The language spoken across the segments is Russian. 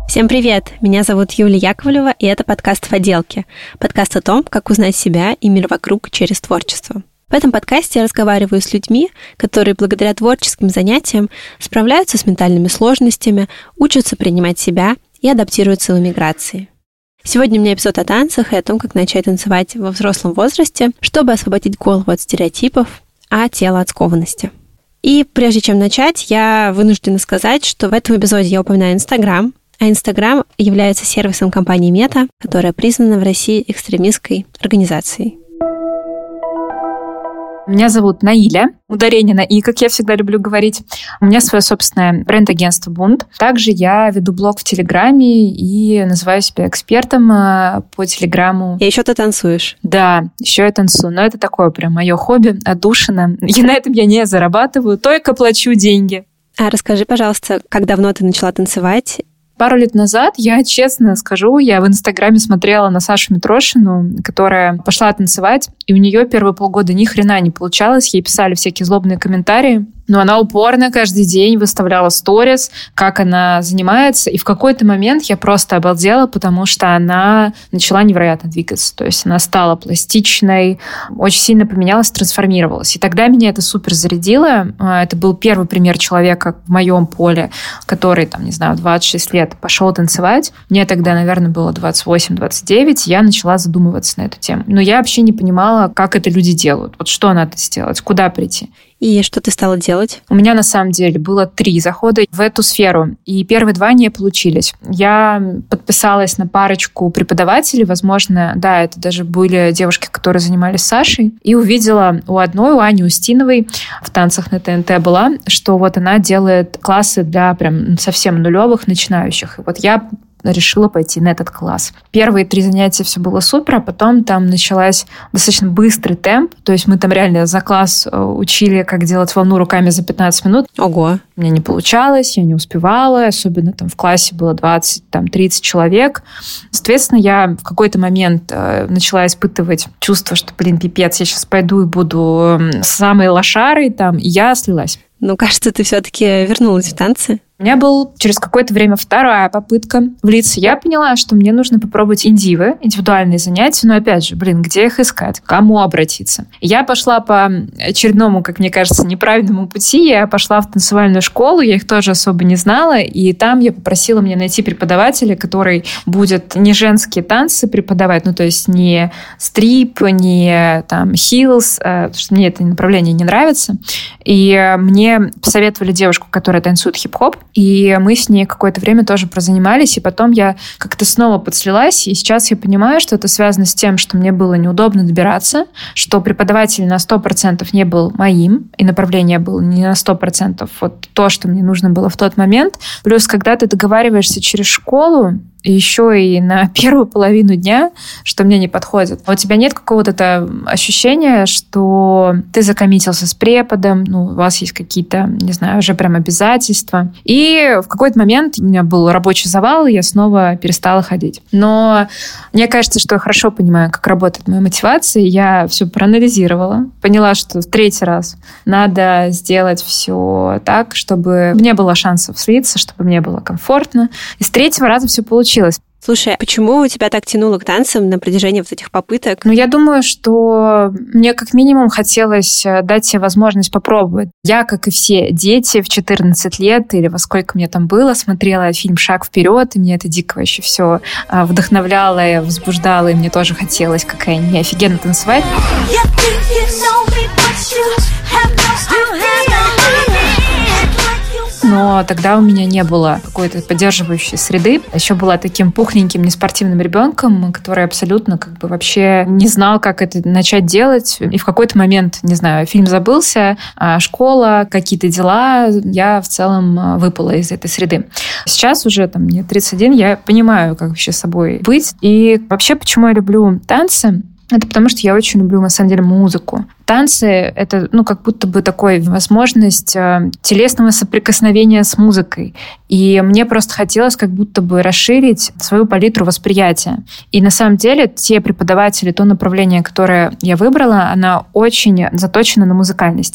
Всем привет! Меня зовут Юлия Яковлева, и это подкаст «Поделки». Подкаст о том, как узнать себя и мир вокруг через творчество. В этом подкасте я разговариваю с людьми, которые благодаря творческим занятиям справляются с ментальными сложностями, учатся принимать себя и адаптируются в эмиграции. Сегодня у меня эпизод о танцах и о том, как начать танцевать во взрослом возрасте, чтобы освободить голову от стереотипов, а тело от скованности. И прежде чем начать, я вынуждена сказать, что в этом эпизоде я упоминаю Инстаграм, а Инстаграм является сервисом компании Мета, которая признана в России экстремистской организацией. Меня зовут Наиля, ударение на «и», как я всегда люблю говорить. У меня свое собственное бренд-агентство «Бунт». Также я веду блог в Телеграме и называю себя экспертом по Телеграму. И еще ты танцуешь. Да, еще я танцую. Но это такое прям мое хобби, отдушина. И на этом я не зарабатываю, только плачу деньги. А расскажи, пожалуйста, как давно ты начала танцевать? Пару лет назад, я честно скажу, я в Инстаграме смотрела на Сашу Митрошину, которая пошла танцевать, и у нее первые полгода ни хрена не получалось, ей писали всякие злобные комментарии, но она упорно каждый день выставляла сторис, как она занимается, и в какой-то момент я просто обалдела, потому что она начала невероятно двигаться, то есть она стала пластичной, очень сильно поменялась, трансформировалась, и тогда меня это супер зарядило. Это был первый пример человека в моем поле, который, там, не знаю, в 26 лет пошел танцевать. Мне тогда, наверное, было 28-29, я начала задумываться на эту тему. Но я вообще не понимала, как это люди делают. Вот что надо сделать, куда прийти. И что ты стала делать? У меня, на самом деле, было 3 захода в эту сферу, и первые 2 не получились. Я подписалась на парочку преподавателей, возможно, да, это даже были девушки, которые занимались с Сашей, и увидела у одной, у Ани Устиновой, в танцах на ТНТ была, что вот она делает классы для прям совсем нулевых начинающих. И вот я решила пойти на этот класс. Первые 3 занятия все было супер, а потом там началась достаточно быстрый темп. То есть мы там реально за класс учили, как делать волну руками за 15 минут. Ого! У меня не получалось, я не успевала. Особенно там в классе было 20-30 человек. Соответственно, я в какой-то момент начала испытывать чувство, что, пипец, я сейчас пойду и буду самой лошарой там. И я слилась. Ну, кажется, ты все-таки вернулась в танцы. У меня был через какое-то время 2-я попытка влиться. Я поняла, что мне нужно попробовать индивы, индивидуальные занятия. Но опять же, где их искать? К кому обратиться? Я пошла по очередному, как мне кажется, неправильному пути. Я пошла в танцевальную школу, я их тоже особо не знала. И там я попросила мне найти преподавателя, который будет не женские танцы преподавать, ну то есть не стрип, не там хилс, потому что мне это направление не нравится. И мне посоветовали девушку, которая танцует хип-хоп. И мы с ней какое-то время тоже прозанимались, и потом я как-то снова подслилась, и сейчас я понимаю, что это связано с тем, что мне было неудобно добираться, что преподаватель на 100% не был моим, и направление было не на 100% вот то, что мне нужно было в тот момент. Плюс, когда ты договариваешься через школу, еще и на первую половину дня, что мне не подходит. У тебя нет какого-то ощущения, что ты закоммитился с преподом, у вас есть какие-то, не знаю, уже прям обязательства. И в какой-то момент у меня был рабочий завал, и я снова перестала ходить. Но мне кажется, что я хорошо понимаю, как работает моя мотивация. Я все проанализировала, поняла, что в 3-й раз надо сделать все так, чтобы не было шансов слиться, чтобы мне было комфортно. И с 3-го раза все получилось. Слушай, а почему тебя так тянуло к танцам на протяжении вот этих попыток? Я думаю, что мне как минимум хотелось дать себе возможность попробовать. Я, как и все дети в 14 лет или во сколько мне там было, смотрела фильм «Шаг вперед», и мне это дико вообще все вдохновляло и возбуждало, и мне тоже хотелось, какая не офигенно танцевать. Но тогда у меня не было какой-то поддерживающей среды. Еще была таким пухленьким, неспортивным ребенком, который абсолютно вообще не знал, как это начать делать. И в какой-то момент, не знаю, фильм забылся, школа, какие-то дела, я в целом выпала из этой среды. Сейчас уже мне 31, я понимаю, как вообще с собой быть. И вообще, почему я люблю танцы? Это потому, что я очень люблю, на самом деле, музыку. Танцы — это, как будто бы такой возможность телесного соприкосновения с музыкой. И мне просто хотелось как будто бы расширить свою палитру восприятия. И на самом деле те преподаватели, то направление, которое я выбрала, оно очень заточено на музыкальности.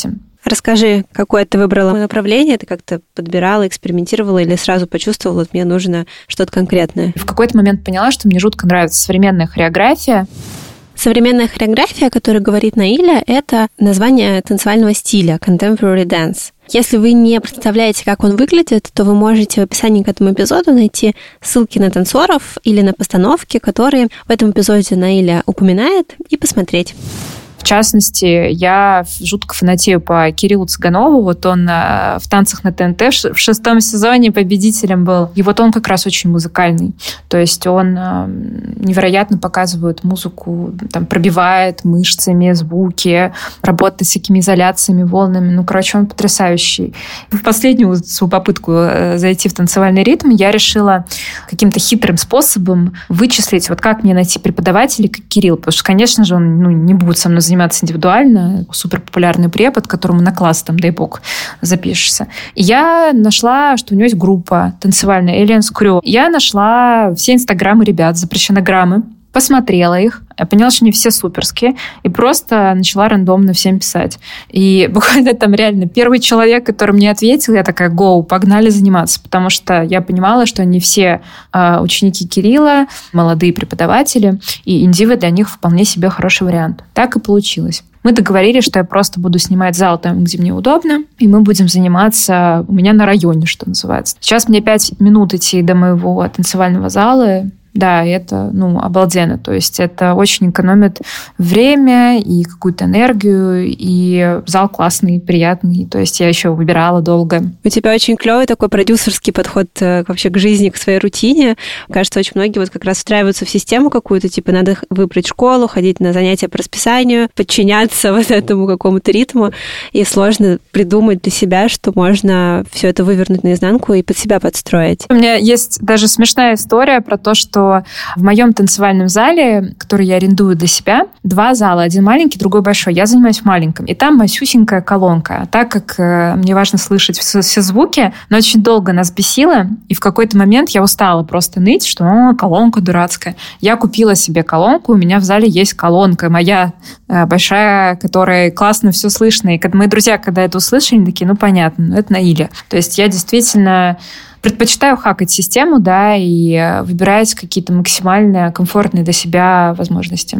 Расскажи, какое ты выбрала направление, ты как-то подбирала, экспериментировала или сразу почувствовала, вот мне нужно что-то конкретное? В какой-то момент поняла, что мне жутко нравится современная хореография. Современная хореография, о которой говорит Наиля, это название танцевального стиля Contemporary Dance. Если вы не представляете, как он выглядит, то вы можете в описании к этому эпизоду найти ссылки на танцоров или на постановки, которые в этом эпизоде Наиля упоминает, и посмотреть. В частности, я жутко фанатею по Кириллу Цыганову. Вот он в «Танцах на ТНТ» в 6-м сезоне победителем был. И вот он как раз очень музыкальный. То есть он невероятно показывает музыку, там, пробивает мышцами звуки, работает с всякими изоляциями, волнами. Ну, короче, он потрясающий. В последнюю свою попытку зайти в танцевальный ритм я решила каким-то хитрым способом вычислить, вот как мне найти преподавателей, как Кирилл. Потому что, конечно же, он не будет со мной заниматься индивидуально, суперпопулярный препод, которому на класс, там, дай бог, запишешься. И я нашла, что у него есть группа танцевальная Aliens Crew. Я нашла все инстаграмы ребят, запрещенограммы, посмотрела их, я поняла, что они все суперские, и просто начала рандомно всем писать. И буквально там реально первый человек, который мне ответил, я такая: гоу, погнали заниматься, потому что я понимала, что они все ученики Кирилла, молодые преподаватели, и индивы для них вполне себе хороший вариант. Так и получилось. Мы договорились, что я просто буду снимать зал там, где мне удобно, и мы будем заниматься у меня на районе, что называется. Сейчас мне 5 минут идти до моего танцевального зала. Да, это, обалденно. То есть это очень экономит время и какую-то энергию, и зал классный, приятный. То есть я еще выбирала долго. У тебя очень клевый такой продюсерский подход вообще к жизни, к своей рутине. Кажется, очень многие вот как раз встраиваются в систему какую-то, типа надо выбрать школу, ходить на занятия по расписанию, подчиняться вот этому какому-то ритму. И сложно придумать для себя, что можно все это вывернуть наизнанку и под себя подстроить. У меня есть даже смешная история про то, что в моем танцевальном зале, который я арендую для себя, 2 зала. Один маленький, другой большой. Я занимаюсь в маленьком. И там масюсенькая колонка. А так как мне важно слышать все звуки, но очень долго нас бесило, и в какой-то момент я устала просто ныть, что колонка дурацкая. Я купила себе колонку, у меня в зале есть колонка моя большая, которая классно все слышно. И мои друзья, когда это услышали, они такие: понятно, это Наиля. То есть я действительно предпочитаю хакать систему, да, и выбирать какие-то максимально комфортные для себя возможности.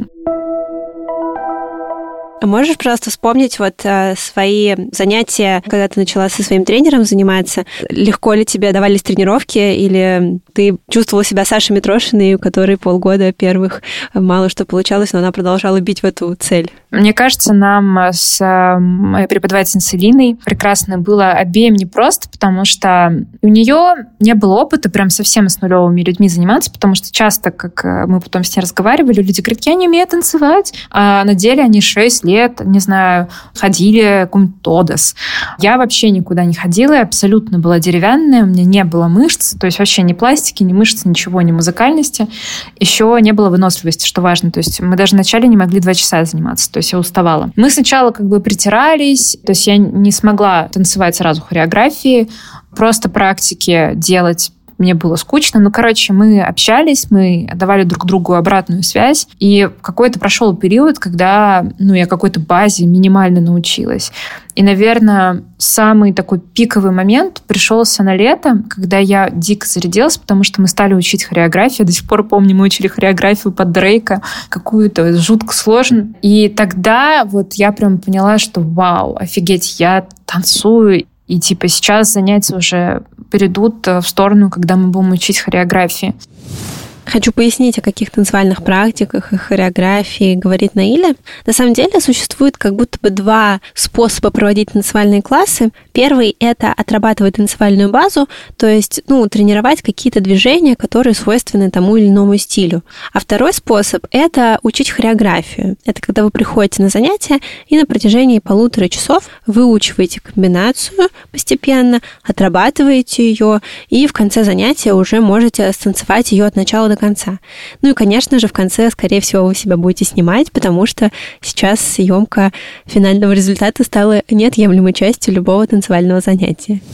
Можешь, пожалуйста, вспомнить вот свои занятия, когда ты начала со своим тренером заниматься? Легко ли тебе давались тренировки, или ты чувствовала себя Сашей Митрошиной, у которой полгода первых мало что получалось, но она продолжала бить в эту цель? Мне кажется, нам с моей преподавательницей Линой прекрасно было обеим непросто, потому что у нее не было опыта прям совсем с нулевыми людьми заниматься, потому что часто, как мы потом с ней разговаривали, люди говорят: я не умею танцевать, а на деле они 6 лет, не знаю, ходили какой-нибудь тодос. Я вообще никуда не ходила, я абсолютно была деревянная, у меня не было мышц, то есть вообще ни пластики, ни мышц, ничего, ни музыкальности. Еще не было выносливости, что важно. То есть мы даже вначале не могли 2 часа заниматься, то есть я уставала. Мы сначала притирались, то есть я не смогла танцевать сразу хореографии, просто практики делать мне было скучно. Мы общались, мы давали друг другу обратную связь. И какой-то прошел период, когда я какой-то базе минимально научилась. И, наверное, самый такой пиковый момент пришелся на лето, когда я дико зарядилась, потому что мы стали учить хореографию. До сих пор помню, мы учили хореографию под Дрейка, какую-то жутко сложную. И тогда я прям поняла, что вау, офигеть, я танцую. И сейчас занятия уже перейдут в сторону, когда мы будем учить хореографии. Хочу пояснить, о каких танцевальных практиках и хореографии говорит Наиля. На самом деле существует как будто бы 2 способа проводить танцевальные классы. Первый — это отрабатывать танцевальную базу, то есть тренировать какие-то движения, которые свойственны тому или иному стилю. А второй способ — это учить хореографию. Это когда вы приходите на занятия и на протяжении 1,5 часов выучиваете комбинацию постепенно, отрабатываете ее, и в конце занятия уже можете станцевать ее от начала до конца. И, конечно же, в конце, скорее всего, вы себя будете снимать, потому что сейчас съемка финального результата стала неотъемлемой частью любого танцевального занятия.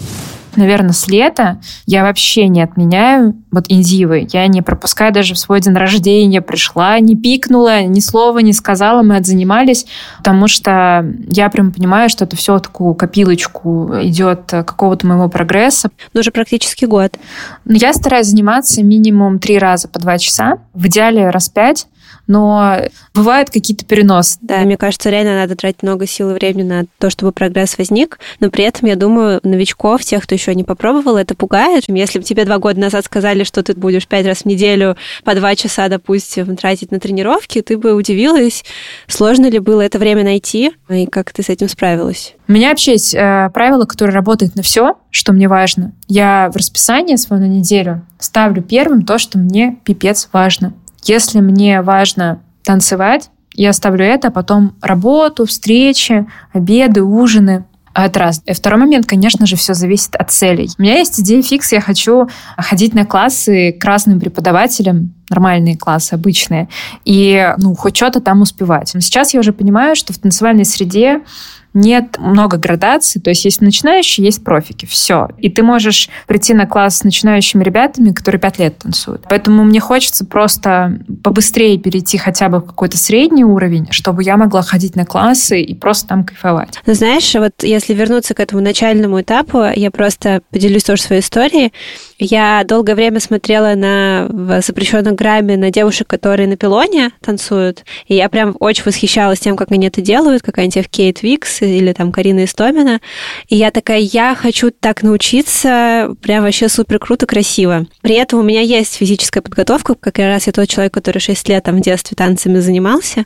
наверное, с лета я вообще не отменяю индивы. Я не пропускаю даже в свой день рождения. Пришла, не пикнула, ни слова не сказала, мы отзанимались, потому что я прям понимаю, что это все в такую копилочку идет какого-то моего прогресса. Ну, уже практически год. Я стараюсь заниматься минимум 3 раза по 2 часа, в идеале раз 5. Но бывают какие-то переносы. Да, мне кажется, реально надо тратить много сил и времени на то, чтобы прогресс возник, но при этом, я думаю, новичков, тех, кто еще не попробовал, это пугает. Если бы тебе 2 года назад сказали, что ты будешь 5 раз в неделю по 2 часа, допустим, тратить на тренировки, ты бы удивилась, сложно ли было это время найти, и как ты с этим справилась? У меня вообще есть правило, которое работает на все, что мне важно. Я в расписание свое на неделю ставлю первым то, что мне пипец важно. Если мне важно танцевать, я ставлю это, а потом работу, встречи, обеды, ужины. Это раз. И второй момент, конечно же, все зависит от целей. У меня есть идея фикс, я хочу ходить на классы к разным преподавателям, нормальные классы, обычные, и хоть что-то там успевать. Но сейчас я уже понимаю, что в танцевальной среде нет много градаций, то есть есть начинающие, есть профики, все. И ты можешь прийти на класс с начинающими ребятами, которые 5 лет танцуют. Поэтому мне хочется просто побыстрее перейти хотя бы в какой-то средний уровень, чтобы я могла ходить на классы и просто там кайфовать. Ну, знаешь, если вернуться к этому начальному этапу, я просто поделюсь тоже своей историей. Я долгое время смотрела в запрещенном грамме на девушек, которые на пилоне танцуют, и я прям очень восхищалась тем, как они это делают, какая-нибудь Кейт Викс или там Карина Истомина. И я такая, я хочу так научиться, прям вообще супер круто, красиво. При этом у меня есть физическая подготовка, как раз я тот человек, который 6 лет в детстве танцами занимался.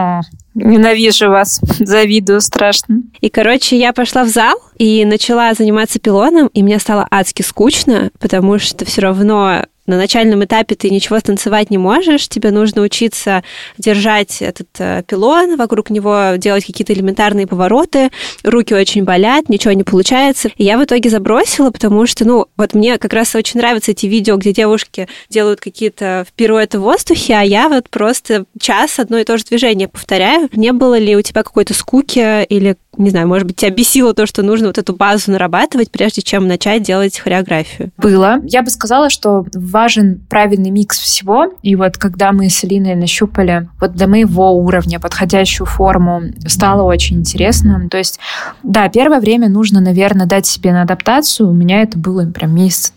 Ненавижу вас, завидую страшно. И, я пошла в зал и начала заниматься пилоном, и мне стало адски скучно, потому что все равно на начальном этапе ты ничего станцевать не можешь, тебе нужно учиться держать этот пилон, вокруг него делать какие-то элементарные повороты, руки очень болят, ничего не получается. И я в итоге забросила, потому что, мне как раз очень нравятся эти видео, где девушки делают какие-то пируэты в воздухе, а я просто час одно и то же движение повторяю. Не было ли у тебя какой-то скуки или, не знаю, может быть, тебя бесило то, что нужно эту базу нарабатывать, прежде чем начать делать хореографию? Было. Я бы сказала, что важен правильный микс всего. И когда мы с Алиной нащупали для моего уровня подходящую форму, стало очень интересно. То есть, да, первое время нужно, наверное, дать себе на адаптацию. У меня это было прям 3 месяца.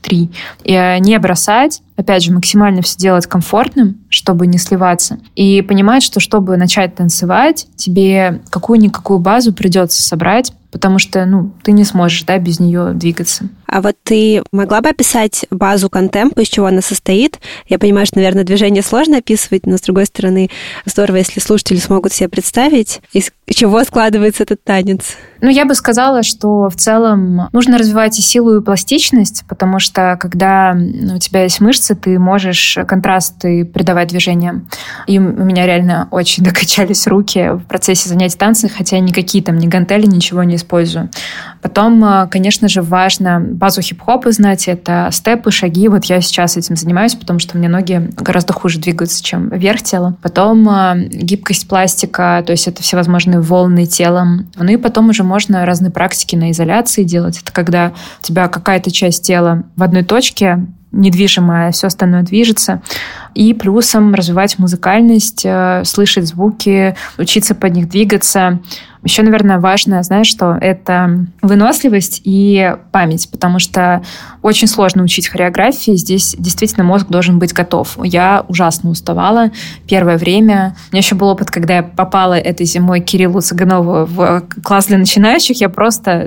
И не бросать, опять же, максимально все делать комфортным, чтобы не сливаться. И понимать, что чтобы начать танцевать, тебе какую-никакую базу придется собрать, потому что, ты не сможешь, без нее двигаться. А ты могла бы описать базу контемпо, из чего она состоит? Я понимаю, что, наверное, движение сложно описывать, но, с другой стороны, здорово, если слушатели смогут себе представить, из чего складывается этот танец. Я бы сказала, что в целом нужно развивать и силу, и пластичность, потому что, когда у тебя есть мышцы, ты можешь контрасты придавать движениям. И у меня реально очень докачались руки в процессе занятий танцем, хотя никакие ни гантели, ничего не использую. Потом, конечно же, важно базу хип-хопа знать, это степы, шаги. Я сейчас этим занимаюсь, потому что у меня ноги гораздо хуже двигаются, чем верх тела. Потом гибкость пластика, то есть это всевозможные волны телом. И потом уже можно разные практики на изоляции делать. Это когда у тебя какая-то часть тела в одной точке недвижимое, все остальное движется. И плюсом развивать музыкальность, слышать звуки, учиться под них двигаться. Еще, наверное, важно, знаешь, что это выносливость и память, потому что очень сложно учить хореографии. Здесь действительно мозг должен быть готов. Я ужасно уставала первое время. У меня еще был опыт, когда я попала этой зимой к Кириллу Цыганову в класс для начинающих. Я просто,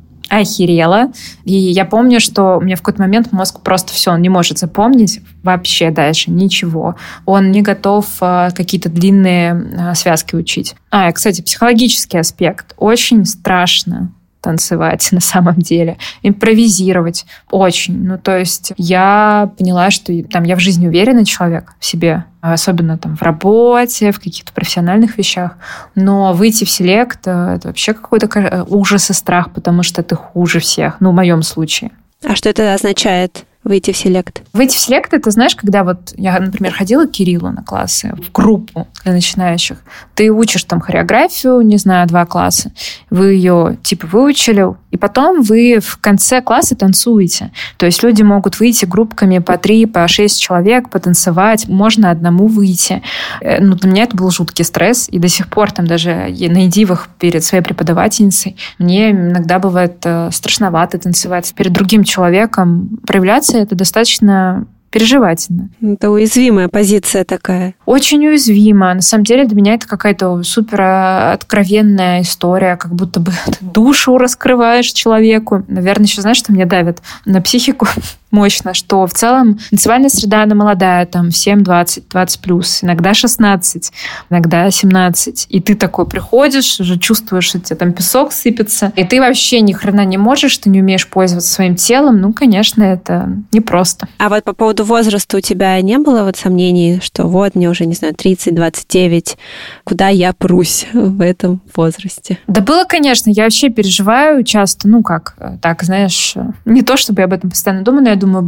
охерела. И я помню, что у меня в какой-то момент мозг просто все, он не может запомнить вообще дальше ничего. Он не готов какие-то длинные связки учить. Кстати, психологический аспект. Очень страшно танцевать на самом деле. Импровизировать. Очень. То есть я поняла, что я в жизни уверенный человек в себе, особенно в работе, в каких-то профессиональных вещах. Но выйти в селект — это вообще какой-то ужас и страх, потому что ты хуже всех. В моем случае. А что это означает? выйти в селект? Выйти в селект, это, знаешь, когда вот я, например, ходила к Кириллу на классы, в группу для начинающих. Ты учишь там хореографию, не знаю, 2 класса. Вы ее типа выучили, и потом вы в конце класса танцуете. То есть люди могут выйти группками по 3, по 6 человек, потанцевать. Можно одному выйти. Ну, для меня это был жуткий стресс. И до сих пор там даже на идивах перед своей преподавательницей мне иногда бывает страшновато танцевать перед другим человеком. Проявляться это достаточно переживательно. Это уязвимая позиция такая. Очень уязвимо. На самом деле для меня это какая-то супер откровенная история, как будто бы ты душу раскрываешь человеку. Наверное, еще знаешь, что меня давит на психику мощно, что в целом танцевальная среда, она молодая, там всем 20 плюс, иногда 16, иногда 17. И ты такой приходишь, уже чувствуешь, что тебе там песок сыпется, и ты вообще ни хрена не можешь, ты не умеешь пользоваться своим телом. Ну, конечно, это непросто. А вот по поводу возраста у тебя не было вот сомнений, что вот мне уже, не знаю, 30, 29, куда я прусь в этом возрасте? Да было, конечно. Я вообще переживаю часто, так, знаешь, не то, чтобы я об этом постоянно думаю, но я думаю,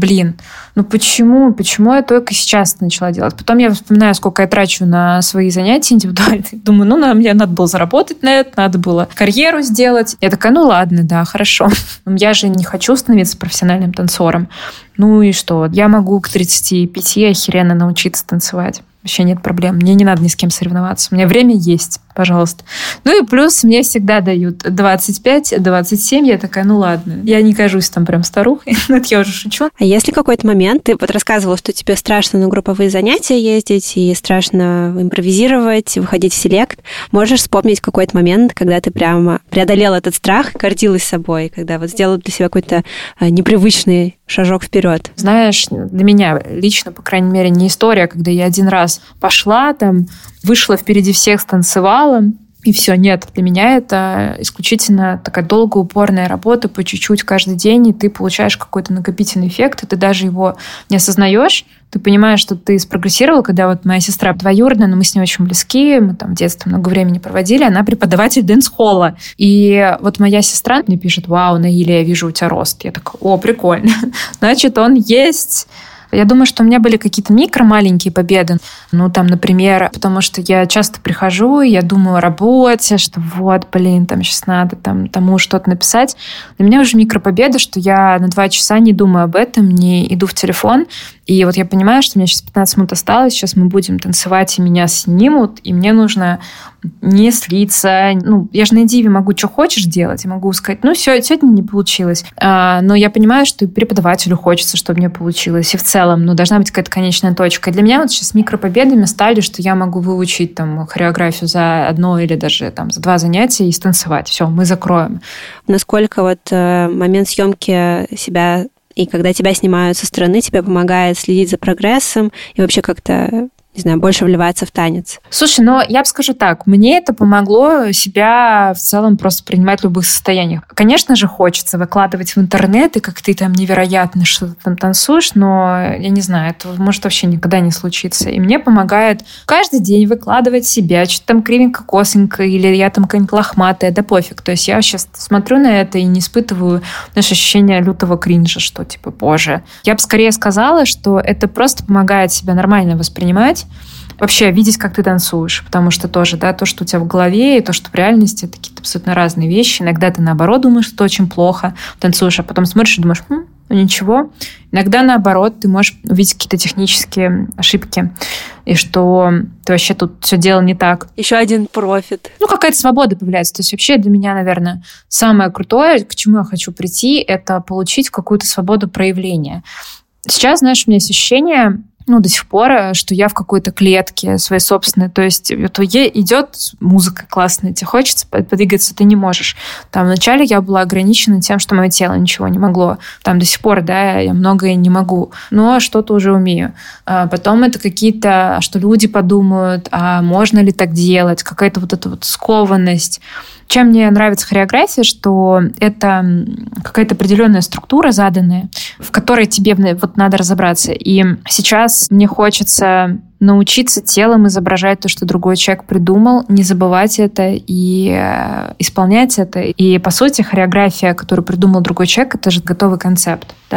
почему я только сейчас это начала делать? Потом я вспоминаю, сколько я трачу на свои занятия индивидуальные. Думаю, мне надо было заработать на это, надо было карьеру сделать. Я такая, ладно, да, хорошо. Я же не хочу становиться профессиональным танцором. Ну и что? Я могу к 35 охеренно научиться танцевать. Вообще нет проблем. Мне не надо ни с кем соревноваться. У меня время есть, пожалуйста. Ну и плюс мне всегда дают 25, 27. Я такая, ладно. Я не кажусь там прям старухой. Это я уже шучу. А если какой-то момент, ты вот рассказывала, что тебе страшно на групповые занятия ездить и страшно импровизировать, выходить в селект, можешь вспомнить какой-то момент, когда ты прямо преодолела этот страх, гордилась собой, когда вот сделала для себя какой-то непривычный шажок вперед? Знаешь, для меня лично, по крайней мере, не история, когда я один раз пошла, там, вышла впереди всех, станцевала, и все. Нет, для меня это исключительно такая долгая, упорная работа по чуть-чуть каждый день, и ты получаешь какой-то накопительный эффект, и ты даже его не осознаешь. Ты понимаешь, что ты спрогрессировал, когда вот моя сестра двоюродная, но мы с ней очень близки, мы там в детстве много времени проводили, она преподаватель дэнс-холла. И вот моя сестра мне пишет: «Вау, Наиля, я вижу у тебя рост». Я такая: «О, прикольно». Значит, он есть. Я думаю, что у меня были какие-то маленькие победы. Например, потому что я часто прихожу, и я думаю о работе, что там сейчас надо тому что-то написать. Для меня уже микропобеда, что я на 2 часа не думаю об этом, не иду в телефон. И вот я понимаю, что у меня сейчас 15 минут осталось, сейчас мы будем танцевать, и меня снимут, и мне нужно не слиться. Я же на диве могу что хочешь делать, я могу сказать, сегодня не получилось. Но я понимаю, что и преподавателю хочется, чтобы мне получилось, и в целом, должна быть какая-то конечная точка. И для меня вот сейчас микропобедами стали, что я могу выучить хореографию за 1 или даже за 2 занятия и станцевать. Все, мы закроем. Насколько момент съемки себя и когда тебя снимают со стороны, тебе помогает следить за прогрессом и вообще как-то, не знаю, больше вливаться в танец? Слушай, я бы скажу так, мне это помогло себя в целом просто принимать в любых состояниях. Конечно же, хочется выкладывать в интернет, и как ты там невероятно что-то там танцуешь, но я не знаю, это может вообще никогда не случиться. И мне помогает каждый день выкладывать себя, что-то там кривенько-косенько, или я там какая-нибудь лохматая, да пофиг. То есть я сейчас смотрю на это и не испытываю, ощущение лютого кринжа, что боже. Я бы скорее сказала, что это просто помогает себя нормально воспринимать, вообще видеть, как ты танцуешь, потому что тоже, то, что у тебя в голове, и то, что в реальности, это какие-то абсолютно разные вещи. Иногда ты, наоборот, думаешь, что ты очень плохо танцуешь, а потом смотришь и думаешь, ничего. Иногда, наоборот, ты можешь увидеть какие-то технические ошибки, и что ты вообще тут все делал не так. Еще один профит. Какая-то свобода появляется. То есть вообще для меня, наверное, самое крутое, к чему я хочу прийти, это получить какую-то свободу проявления. Сейчас, знаешь, у меня есть ощущение, до сих пор, что я в какой-то клетке своей собственной. То есть идет музыка классная, тебе хочется подвигаться, ты не можешь. Вначале я была ограничена тем, что мое тело ничего не могло. До сих пор, я многое не могу, но что-то уже умею. Потом это какие-то, что люди подумают, а можно ли так делать, какая-то эта скованность. Чем мне нравится хореография, что это какая-то определенная структура заданная, в которой тебе надо разобраться. И сейчас мне хочется научиться телом изображать то, что другой человек придумал, не забывать это и исполнять это. И, по сути, хореография, которую придумал другой человек, это же готовый концепт. Да?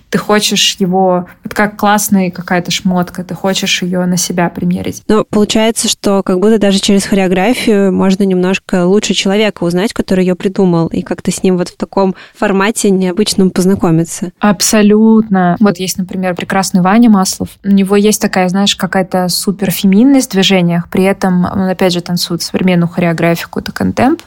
ты хочешь его, вот как классная какая-то шмотка, ты хочешь ее на себя примерить. Но получается, что как будто даже через хореографию можно немножко лучше человека узнать, который ее придумал, и как-то с ним вот в таком формате необычном познакомиться. Абсолютно. Вот есть, например, прекрасный Ваня Маслов. У него есть такая, знаешь, какая-то суперфеминность в движениях, при этом он, опять же, танцует современную хореографию, какой-то контемп,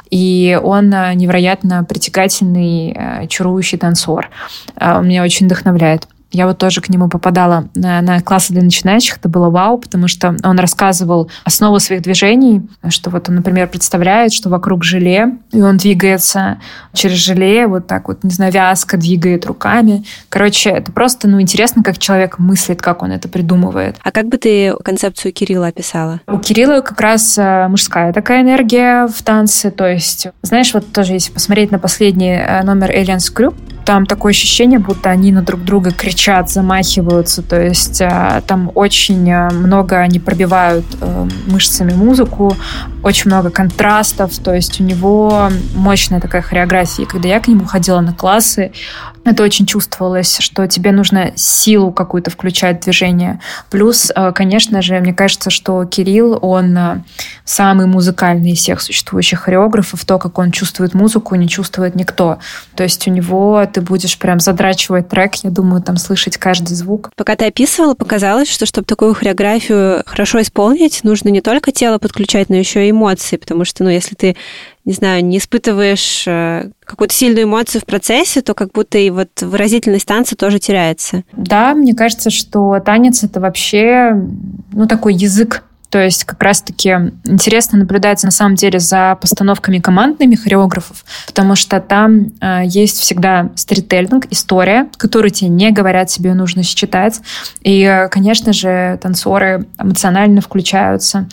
и он невероятно притягательный, чарующий танцор. Он меня очень вдохновляет. Я вот тоже к нему попадала на классы для начинающих. Это было вау, потому что он рассказывал основу своих движений, что вот он, например, представляет, что вокруг желе, и он двигается через желе, вот так вот, не знаю, вязко двигает руками. Короче, это просто, интересно, как человек мыслит, как он это придумывает. А как бы ты концепцию Кирилла описала? У Кирилла как раз мужская такая энергия в танце, то есть, знаешь, вот тоже если посмотреть на последний номер Aliens Crew, там такое ощущение, будто они на друг друга кричат, замахиваются. То есть там очень много они пробивают мышцами музыку, очень много контрастов. То есть у него мощная такая хореография. И когда я к нему ходила на классы, это очень чувствовалось, что тебе нужно силу какую-то включать в движение. Плюс, конечно же, мне кажется, что Кирилл, он самый музыкальный из всех существующих хореографов. То, как он чувствует музыку, не чувствует никто. То есть у него ты будешь прям задрачивать трек, я думаю, там слышать каждый звук. Пока ты описывала, показалось, что чтобы такую хореографию хорошо исполнить, нужно не только тело подключать, но еще и эмоции, потому что, если ты, не знаю, не испытываешь какую-то сильную эмоцию в процессе, то как будто и вот выразительность танца тоже теряется. Да, мне кажется, что танец — это вообще, такой язык. То есть как раз-таки интересно наблюдать на самом деле за постановками командными хореографов, потому что там есть всегда сторителлинг, история, которую тебе не говорят, себе ее нужно считать. И, конечно же, танцоры эмоционально включаются.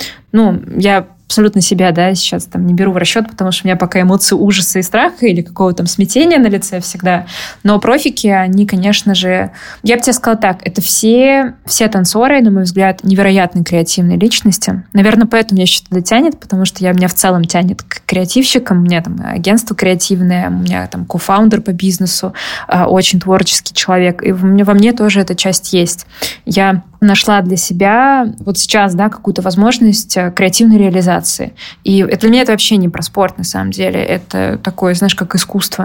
Я абсолютно себя, сейчас там не беру в расчет, потому что у меня пока эмоции ужаса и страха или какого-то там смятения на лице всегда. Но профики, они, конечно же... Я бы тебе сказала так, это все танцоры, на мой взгляд, невероятно креативные личности. Наверное, поэтому меня еще туда тянет, потому что меня в целом тянет к креативщикам. У меня там агентство креативное, у меня там кофаундер по бизнесу, очень творческий человек. И во мне тоже эта часть есть. Я нашла для себя вот сейчас, какую-то возможность креативной реализации. И для меня это вообще не про спорт, на самом деле. Это такое, знаешь, как искусство.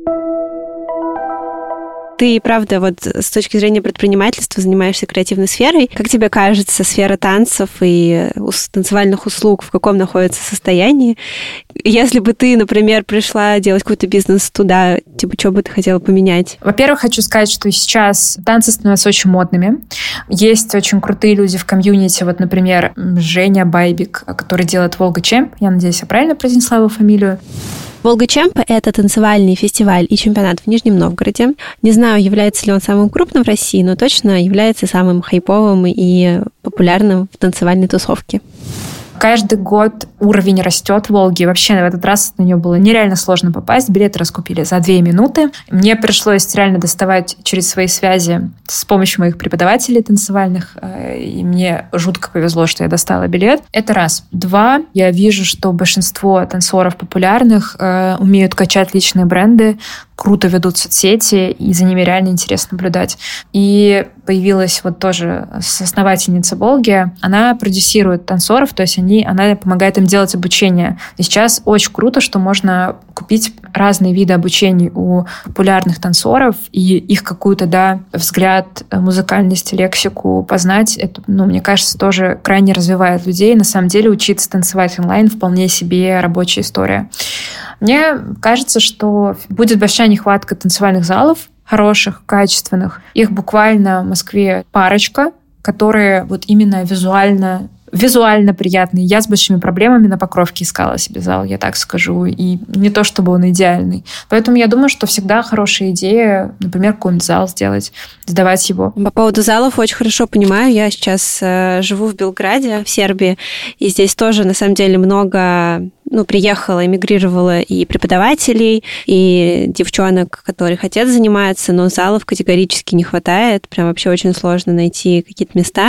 Ты, правда, вот с точки зрения предпринимательства занимаешься креативной сферой. Как тебе кажется, сфера танцев и танцевальных услуг в каком находится состоянии? Если бы ты, например, пришла делать какой-то бизнес туда, что бы ты хотела поменять? Во-первых, хочу сказать, что сейчас танцы становятся очень модными. Есть очень крутые люди в комьюнити. Вот, например, Женя Байбик, который делает Волга Чемп. Я надеюсь, я правильно произнесла его фамилию. Волга Чемп — это танцевальный фестиваль и чемпионат в Нижнем Новгороде. Не знаю, является ли он самым крупным в России, но точно является самым хайповым и популярным в танцевальной тусовке. Каждый год уровень растет в Волге. Вообще в этот раз на нее было нереально сложно попасть. Билеты раскупили за 2 минуты. Мне пришлось реально доставать через свои связи с помощью моих преподавателей танцевальных. И мне жутко повезло, что я достала билет. Это раз. 2. Я вижу, что большинство танцоров популярных умеют качать личные бренды, круто ведут соцсети, и за ними реально интересно наблюдать. И появилась вот тоже основательница Волги. Она продюсирует танцоров, то есть она помогает им делать обучение. И сейчас очень круто, что можно купить разные виды обучений у популярных танцоров и их какую-то, взгляд, музыкальность, лексику познать. Это, мне кажется, тоже крайне развивает людей. На самом деле учиться танцевать онлайн вполне себе рабочая история. Мне кажется, что будет большая нехватка танцевальных залов, хороших, качественных. Их буквально в Москве парочка, которые вот именно визуально приятные. Я с большими проблемами на Покровке искала себе зал, я так скажу. И не то, чтобы он идеальный. Поэтому я думаю, что всегда хорошая идея, например, какой-нибудь зал сделать, сдавать его. По поводу залов очень хорошо понимаю. Я сейчас живу в Белграде, в Сербии, и здесь тоже, на самом деле, много... приехала, эмигрировала и преподавателей, и девчонок, которые хотят заниматься, но залов категорически не хватает. Прям вообще очень сложно найти какие-то места.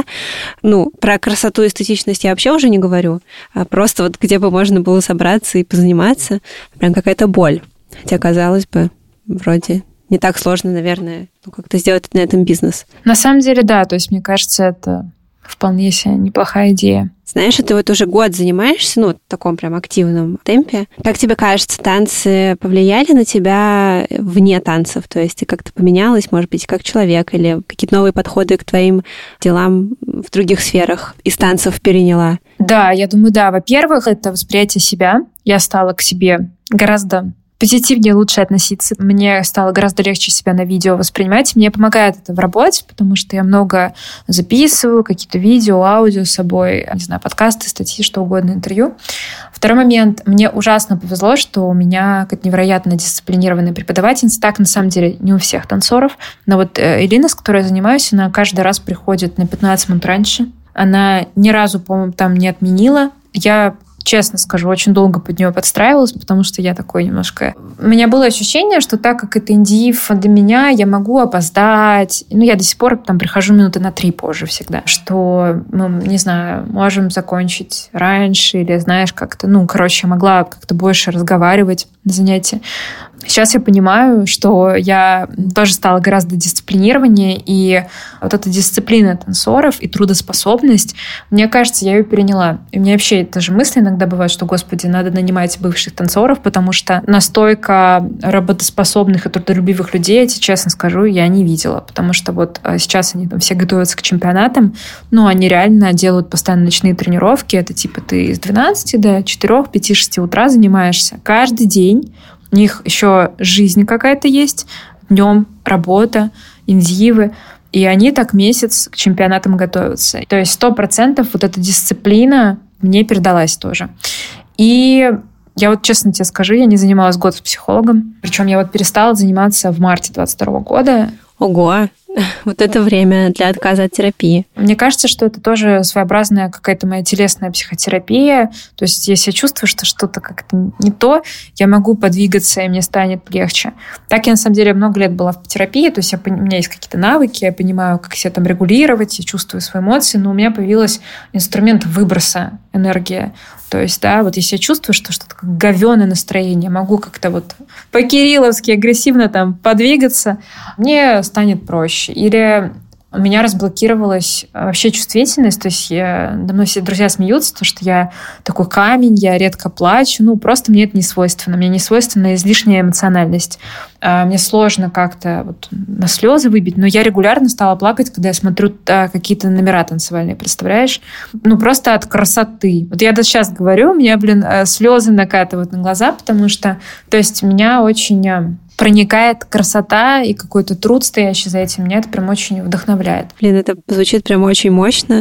Про красоту и эстетичность я вообще уже не говорю, а просто вот где бы можно было собраться и позаниматься. Прям какая-то боль. Хотя, казалось бы, вроде не так сложно, наверное, как-то сделать на этом бизнес. На самом деле, да. То есть, мне кажется, это вполне себе неплохая идея. Знаешь, ты вот уже год занимаешься, в таком прям активном темпе. Как тебе кажется, танцы повлияли на тебя вне танцев? То есть ты как-то поменялась, может быть, как человек, или какие-то новые подходы к твоим делам в других сферах из танцев переняла? Да, я думаю, да. Во-первых, это восприятие себя. Я стала к себе гораздо позитивнее, лучше относиться. Мне стало гораздо легче себя на видео воспринимать. Мне помогает это в работе, потому что я много записываю, какие-то видео, аудио с собой, не знаю, подкасты, статьи, что угодно, интервью. Второй момент. Мне ужасно повезло, что у меня как невероятно дисциплинированная преподавательница. Так, на самом деле, не у всех танцоров. Но вот Элина, с которой я занимаюсь, она каждый раз приходит на 15 минут раньше. Она ни разу, по-моему, там не отменила. Я, честно скажу, очень долго под нее подстраивалась, потому что я такой немножко... У меня было ощущение, что так как это индив для меня, я могу опоздать. Я до сих пор там прихожу минуты на 3 позже всегда. Что мы, не знаю, можем закончить раньше или, знаешь, как-то... я могла как-то больше разговаривать на занятии. Сейчас я понимаю, что я тоже стала гораздо дисциплинированнее, и вот эта дисциплина танцоров и трудоспособность, мне кажется, я ее переняла. И у меня вообще даже мысли иногда бывают, что, господи, надо нанимать бывших танцоров, потому что настолько работоспособных и трудолюбивых людей, я тебе честно скажу, я не видела. Потому что вот сейчас они там все готовятся к чемпионатам, они реально делают постоянно ночные тренировки. Это типа ты с 12 до 4, 5, 6 утра занимаешься каждый день. У них еще жизнь какая-то есть, днем работа, индивы, и они так месяц к чемпионатам готовятся. То есть 100% вот эта дисциплина мне передалась тоже. И я вот честно тебе скажу, я не занималась год с психологом, причем я вот перестала заниматься в марте 2022 года. Ого! Вот это время для отказа от терапии. Мне кажется, что это тоже своеобразная какая-то моя телесная психотерапия. То есть если я чувствую, что что-то как-то не то, я могу подвигаться, и мне станет легче. Так я, на самом деле, много лет была в терапии. То есть у меня есть какие-то навыки, я понимаю, как себя там регулировать, я чувствую свои эмоции, но у меня появился инструмент выброса энергии. То есть, да, вот если я чувствую, что что-то как говёное настроение, могу как-то вот по-кирилловски агрессивно там подвигаться, мне станет проще. Или у меня разблокировалась вообще чувствительность, то есть надо мной все друзья смеются, то, что я такой камень, я редко плачу, просто мне это не свойственно. Мне не свойственна излишняя эмоциональность. Мне сложно как-то вот на слезы выбить, но я регулярно стала плакать, когда я смотрю какие-то номера танцевальные, представляешь? Просто от красоты. Вот я даже сейчас говорю, у меня, слезы накатывают на глаза, потому что, то есть меня очень проникает красота и какой-то труд, стоящий за этим. Меня это прям очень вдохновляет. Это звучит прям очень мощно.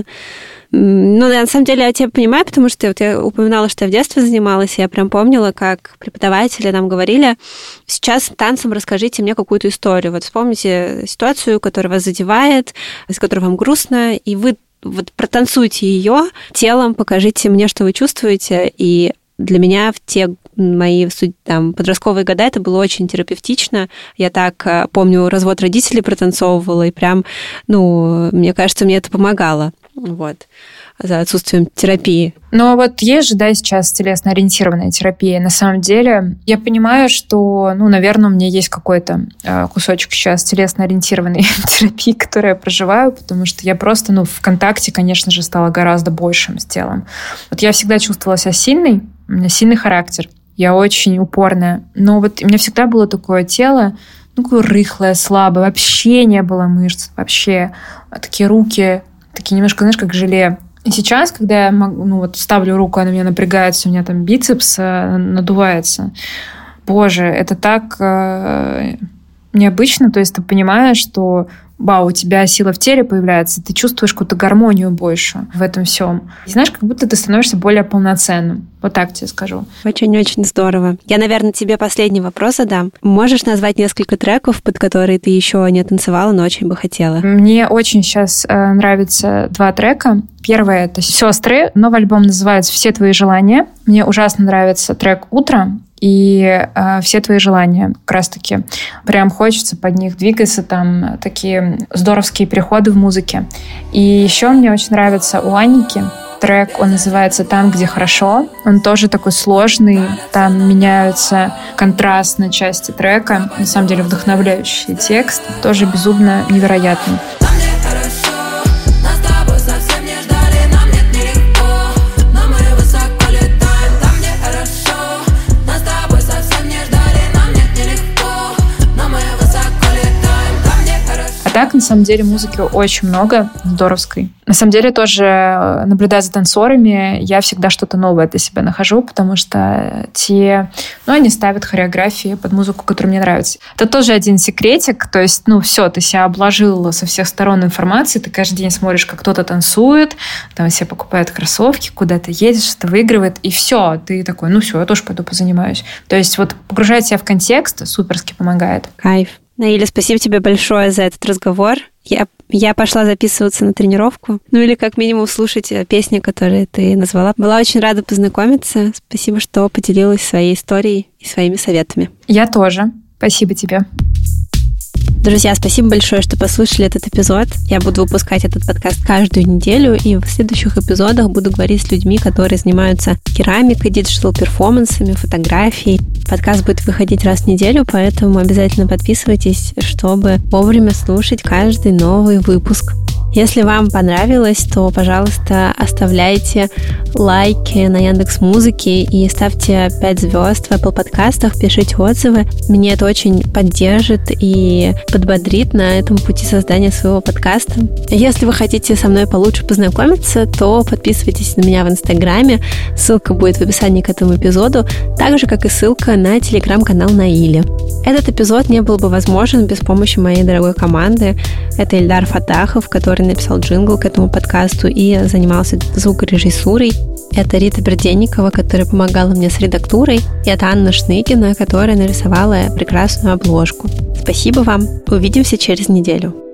На самом деле я тебя понимаю, потому что вот я упоминала, что я в детстве занималась, и я прям помнила, как преподаватели нам говорили: сейчас танцем расскажите мне какую-то историю. Вот вспомните ситуацию, которая вас задевает, из которой вам грустно, и вы вот протанцуйте ее телом, покажите мне, что вы чувствуете. И для меня в те мои подростковые года это было очень терапевтично. Я так помню, развод родителей протанцовывала, и прям, мне кажется, мне это помогало. Вот. За отсутствием терапии. Но вот есть же, сейчас телесно-ориентированная терапия. На самом деле, я понимаю, что, наверное, у меня есть какой-то кусочек сейчас телесно-ориентированной терапии, которую я проживаю, потому что я просто, в контакте, конечно же, стала гораздо большим с телом. Вот я всегда чувствовала себя сильной, у меня сильный характер, я очень упорная. Но вот у меня всегда было такое тело, такое рыхлое, слабое, вообще не было мышц, вообще такие руки, такие немножко, знаешь, как желе. И сейчас, когда я ставлю руку, она у меня напрягается, у меня там бицепс надувается. Боже, это так необычно. То есть ты понимаешь, что у тебя сила в теле появляется, ты чувствуешь какую-то гармонию больше в этом всем. И знаешь, как будто ты становишься более полноценным. Вот так тебе скажу. Очень-очень здорово. Я, наверное, тебе последний вопрос задам. Можешь назвать несколько треков, под которые ты еще не танцевала, но очень бы хотела? Мне очень сейчас нравятся 2 трека. Первое — это «Сестры». Новый альбом называется «Все твои желания». Мне ужасно нравится трек «Утро» и «Все твои желания». Как раз-таки прям хочется под них двигаться. Там такие здоровские переходы в музыке. И еще мне очень нравится у Аники трек, он называется «Там, где хорошо». Он тоже такой сложный, там меняются контрастные части трека. На самом деле вдохновляющий текст, тоже безумно невероятный. Так, на самом деле, музыки очень много, здоровской. На самом деле, тоже, наблюдая за танцорами, я всегда что-то новое для себя нахожу, потому что они ставят хореографии под музыку, которая мне нравится. Это тоже один секретик, то есть, все, ты себя обложил со всех сторон информацией, ты каждый день смотришь, как кто-то танцует, там все покупают кроссовки, куда-то едешь, что-то выигрывает, и все, ты такой, я тоже пойду позанимаюсь. То есть, погружать себя в контекст суперски помогает. Кайф. Наиля, спасибо тебе большое за этот разговор. Я пошла записываться на тренировку. Или как минимум слушать песни, которые ты назвала. Была очень рада познакомиться. Спасибо, что поделилась своей историей и своими советами. Я тоже. Спасибо тебе. Друзья, спасибо большое, что послушали этот эпизод. Я буду выпускать этот подкаст каждую неделю, и в следующих эпизодах буду говорить с людьми, которые занимаются керамикой, диджитал-перформансами, фотографией. Подкаст будет выходить раз в неделю, поэтому обязательно подписывайтесь, чтобы вовремя слушать каждый новый выпуск. Если вам понравилось, то, пожалуйста, оставляйте лайки на Яндекс.Музыке и ставьте 5 звезд в Apple подкастах, пишите отзывы. Мне это очень поддержит и подбодрит на этом пути создания своего подкаста. Если вы хотите со мной получше познакомиться, то подписывайтесь на меня в Инстаграме. Ссылка будет в описании к этому эпизоду, так же, как и ссылка на телеграм-канал Наили. Этот эпизод не был бы возможен без помощи моей дорогой команды. Это Ильдар Фатахов, который написал джингл к этому подкасту и занимался звукорежиссурой. Это Рита Берденникова, которая помогала мне с редактурой. И это Анна Шныгина, которая нарисовала прекрасную обложку. Спасибо вам. Увидимся через неделю.